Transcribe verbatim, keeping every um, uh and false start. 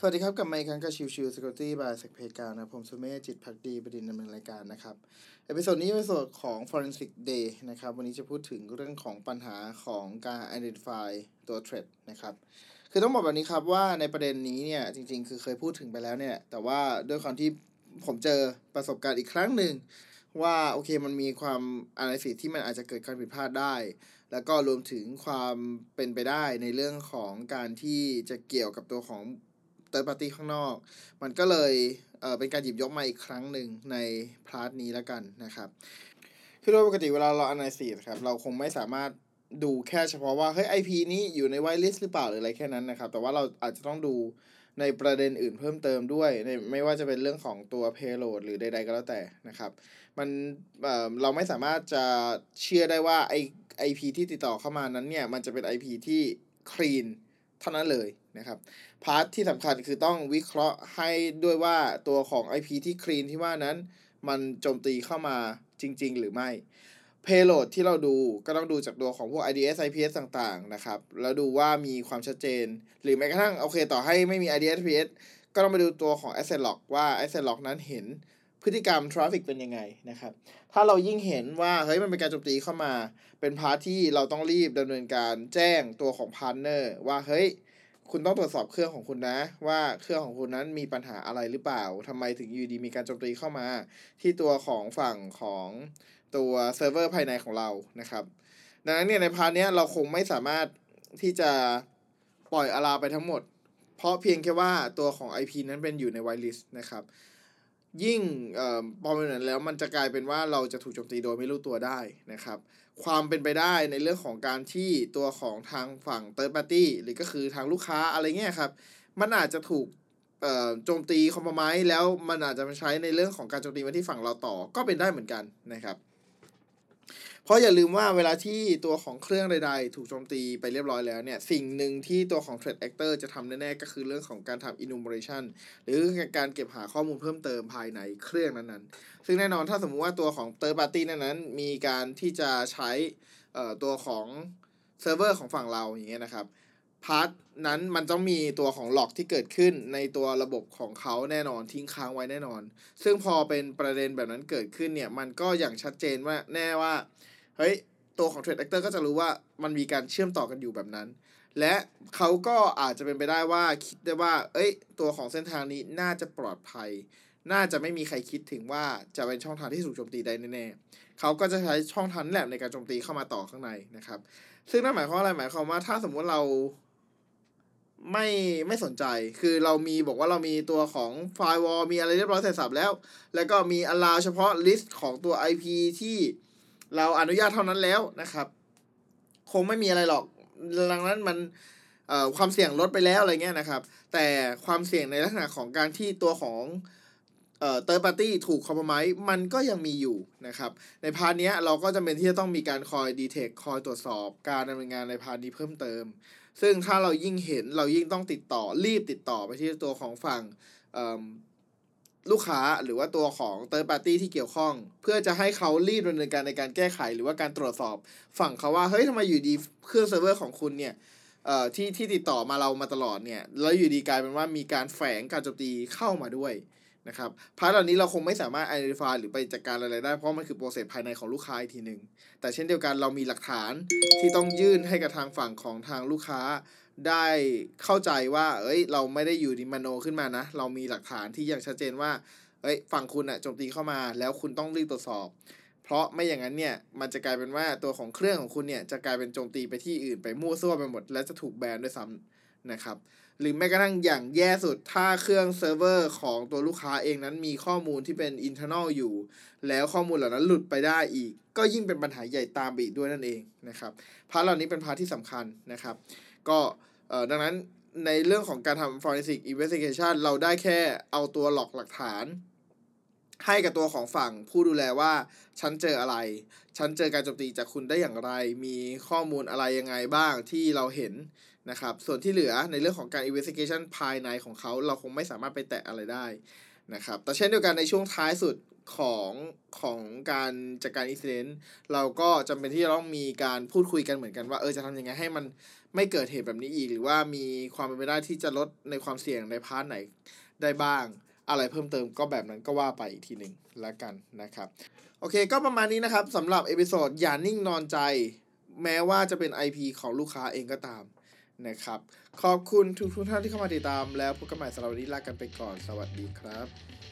สวัสดีครับกลับมาอีกครั้งกับชิวชิว Security by เซกเพกานะผมสุเมธจิตภักดีประดินดำเนินรายการนะครับเอพิโซดนี้เป็นส่วนของ Forensic Day นะครับวันนี้จะพูดถึงเรื่องของปัญหาของการ identify ตัว threat นะครับคือต้องบอกแบบนี้ครับว่าในประเด็นนี้เนี่ยจริงๆคือเคยพูดถึงไปแล้วเนี่ยแต่ว่าด้วยความที่ผมเจอประสบการณ์อีกครั้งหนึ่งว่าโอเคมันมีความ analysis ที่มันอาจจะเกิดการผิดพลาดได้แล้วก็รวมถึงความเป็นไปได้ในเรื่องของการที่จะเกี่ยวกับตัวของthird party ข้างนอกมันก็เลยเอ่อเป็นการหยิบยกมาอีกครั้งหนึ่งในพาร์ทนี้แล้วกันนะครับคือโดยปกติเวลาเรา analysis ครับเราคงไม่สามารถดูแค่เฉพาะว่าเฮ้ย ไอ พี นี้อยู่ใน whitelist หรือเปล่าหรืออะไรแค่นั้นนะครับแต่ว่าเราอาจจะต้องดูในประเด็นอื่นเพิ่มเติมด้วยในไม่ว่าจะเป็นเรื่องของตัว payload หรือใดๆก็แล้วแต่นะครับมันเอ่อเราไม่สามารถจะเชื่อได้ว่าไอ ไอ พี ที่ติดต่อเข้ามานั้นเนี่ยมันจะเป็น ไอ พี ที่ clean เท่านั้นเลยนะครับพาร์ทที่สำคัญคือต้องวิเคราะห์ให้ด้วยว่าตัวของ ไอ พี ที่ clean ที่ว่านั้นมันโจมตีเข้ามาจริงๆหรือไม่ payload ที่เราดูก็ต้องดูจากตัวของพวก ไอ ดี เอส ไอ พี เอส ต่างๆนะครับแล้วดูว่ามีความชัดเจนหรือแม้กระทั่งโอเคต่อให้ไม่มี ไอ ดี เอส ไอ พี เอส ก็ต้องไปดูตัวของ asset log ว่า asset log นั้นเห็นพฤติกรรม traffic เป็นยังไงนะครับถ้าเรายิ่งเห็นว่าเฮ้ยมันเป็นการโจมตีเข้ามาเป็นพาร์ทที่เราต้องรีบดำเนินการแจ้งตัวของ partner ว่าเฮ้ยคุณต้องตรวจสอบเครื่องของคุณนะว่าเครื่องของคุณนั้นมีปัญหาอะไรหรือเปล่าทำไมถึงอยู่ดีมีการโจมตีเข้ามาที่ตัวของฝั่งของตัวเซิร์ฟเวอร์ภายในของเรานะครับดังนั้นเนี่ยในพาร์ทนี้เราคงไม่สามารถที่จะปล่อยอะลาไปทั้งหมดเพราะเพียงแค่ว่าตัวของ ไอ พี นั้นเป็นอยู่ใน whitelist นะครับยิ่งเอ่อพอเป็นอย่างนั้นแล้วมันจะกลายเป็นว่าเราจะถูกโจมตีโดยไม่รู้ตัวได้นะครับความเป็นไปได้ในเรื่องของการที่ตัวของทางฝั่ง third party หรือก็คือทางลูกค้าอะไรเงี้ยครับมันอาจจะถูกเอ่อโจมตีคอมโพไมซ์แล้วมันอาจจะมาใช้ในเรื่องของการโจมตีมาที่ฝั่งเราต่อก็เป็นได้เหมือนกันนะครับเพราะอย่าลืมว่าเวลาที่ตัวของเครื่องใดๆถูกโจมตีไปเรียบร้อยแล้วเนี่ยสิ่งหนึ่งที่ตัวของ threat actor จะทำแน่ๆก็คือเรื่องของการทำ enumeration หรือการเก็บหาข้อมูลเพิ่มเติมภายในเครื่องนั้นๆซึ่งแน่นอนถ้าสมมุติว่าตัวของ third party นั้นๆมีการที่จะใช้เอ่อตัวของเซิร์ฟเวอร์ของฝั่งเราอย่างเงี้ยนะครับพาร์ทนั้นมันต้องมีตัวของล็อกที่เกิดขึ้นในตัวระบบของเขาแน่นอนทิ้งค้างไว้แน่นอนซึ่งพอเป็นประเด็นแบบนั้นเกิดขึ้นเนี่ยมันก็อย่างชัดเจนว่าแน่ว่าเฮ้ยตัวของ Threat Actor ก็จะรู้ว่ามันมีการเชื่อมต่อกันอยู่แบบนั้นและเขาก็อาจจะเป็นไปได้ว่าคิดได้ว่าเอ้ยตัวของเส้นทางนี้น่าจะปลอดภัยน่าจะไม่มีใครคิดถึงว่าจะเป็นช่องทางที่ถูกโจมตีได้แน่ๆเขาก็จะใช้ช่องทางแหละในการโจมตีเข้ามาต่อข้างในนะครับซึ่งนั่นหมายความว่าอะไรหมายความว่าถ้าสมมติเราไม่ไม่สนใจคือเรามีบอกว่าเรามีตัวของ firewall มีอะไรเรียบร้อยเสร็จสับแล้วแล้วก็มี allow เฉพาะ list ของตัว ไอ พี ที่เราอนุญาตเท่านั้นแล้วนะครับคงไม่มีอะไรหรอกดังนั้นมันเอ่อความเสี่ยงลดไปแล้วอะไรเงี้ยนะครับแต่ความเสี่ยงในลักษณะของการที่ตัวของเอ่อ third party ถูก compromise มันก็ยังมีอยู่นะครับในพาร์ทนี้เราก็จำเป็นที่จะต้องมีการคอย detect คอยตรวจสอบการดำเนินงานในพาร์ทนี้เพิ่มเติมซึ่งถ้าเรายิ่งเห็นเรายิ่งต้องติดต่อรีบติดต่อไปที่ตัวของฝั่งลูกค้าหรือว่าตัวของ third party ที่เกี่ยวข้องเพื่อจะให้เขารีบดำเนินการในการแก้ไขหรือว่าการตรวจสอบฝั่งเขาว่าเฮ้ยทำไมอยู่ดีเครื่องเซิร์ฟเวอร์ของคุณเนี่ยเอ่อที่ที่ติดต่อมาเรามาตลอดเนี่ยแล้วอยู่ดีกลายเป็นว่ามีการแฝงการโจมตีเข้ามาด้วยนะครับพาร์ทเหล่านี้เราคงไม่สามารถ identify หรือไปจัดการอะไรได้เพราะมันคือโปรเซสภายในของลูกค้าอีกทีนึงแต่เช่นเดียวกันเรามีหลักฐานที่ต้องยื่นให้กับทางฝั่งของทางลูกค้าได้เข้าใจว่าเอ้ยเราไม่ได้อยู่ดีมโนขึ้นมานะเรามีหลักฐานที่ยังชัดเจนว่าเอ้ยฝั่งคุณอะโจมตีเข้ามาแล้วคุณต้องรีบตรวจสอบเพราะไม่อย่างนั้นเนี่ยมันจะกลายเป็นว่าตัวของเครื่องของคุณเนี่ยจะกลายเป็นโจมตีไปที่อื่นไปมั่วซั่วไปหมดและจะถูกแบนด้วยซ้ำนะครับหรือแม้กระทั่งอย่างแย่สุดถ้าเครื่องเซิร์ฟเวอร์ของตัวลูกค้าเองนั้นมีข้อมูลที่เป็น internal อยู่แล้วข้อมูลเหล่านั้นหลุดไปได้อีกก็ยิ่งเป็นปัญหาใหญ่ตามไปอีกด้วยนั่นเองนะครับพาร์ทเหล่านี้เป็นพาร์ทที่สำคัญนะครับก็เอ่อดังนั้นในเรื่องของการทำ forensic investigation เราได้แค่เอาตัวหลอกหลักฐานให้กับตัวของฝั่งผู้ดูแลว่าฉันเจออะไรฉันเจอการโจมตีจากคุณได้อย่างไรมีข้อมูลอะไรยังไงบ้างที่เราเห็นนะครับส่วนที่เหลือในเรื่องของการ investigation ภายในของเขาเราคงไม่สามารถไปแตะอะไรได้นะครับแต่เช่นเดียวกันในช่วงท้ายสุดของของการจัดการ incident เราก็จำเป็นที่จะต้องมีการพูดคุยกันเหมือนกันว่าเออจะทำยังไงให้มันไม่เกิดเหตุแบบนี้อีกหรือว่ามีความเป็นไปได้ที่จะลดในความเสี่ยงในพาร์ทไหนได้บ้างอะไรเพิ่มเติมก็แบบนั้นก็ว่าไปอีกทีหนึ่งแล้วกันนะครับโอเคก็ประมาณนี้นะครับสำหรับเอพิโซดอย่านิ่งนอนใจแม้ว่าจะเป็น ไอ พี ของลูกค้าเองก็ตามนะครับขอบคุณทุกทุกท่านที่เข้ามาติดตามแล้วพบกันใหม่สำหรับวันนี้ลากันไปก่อนสวัสดีครับ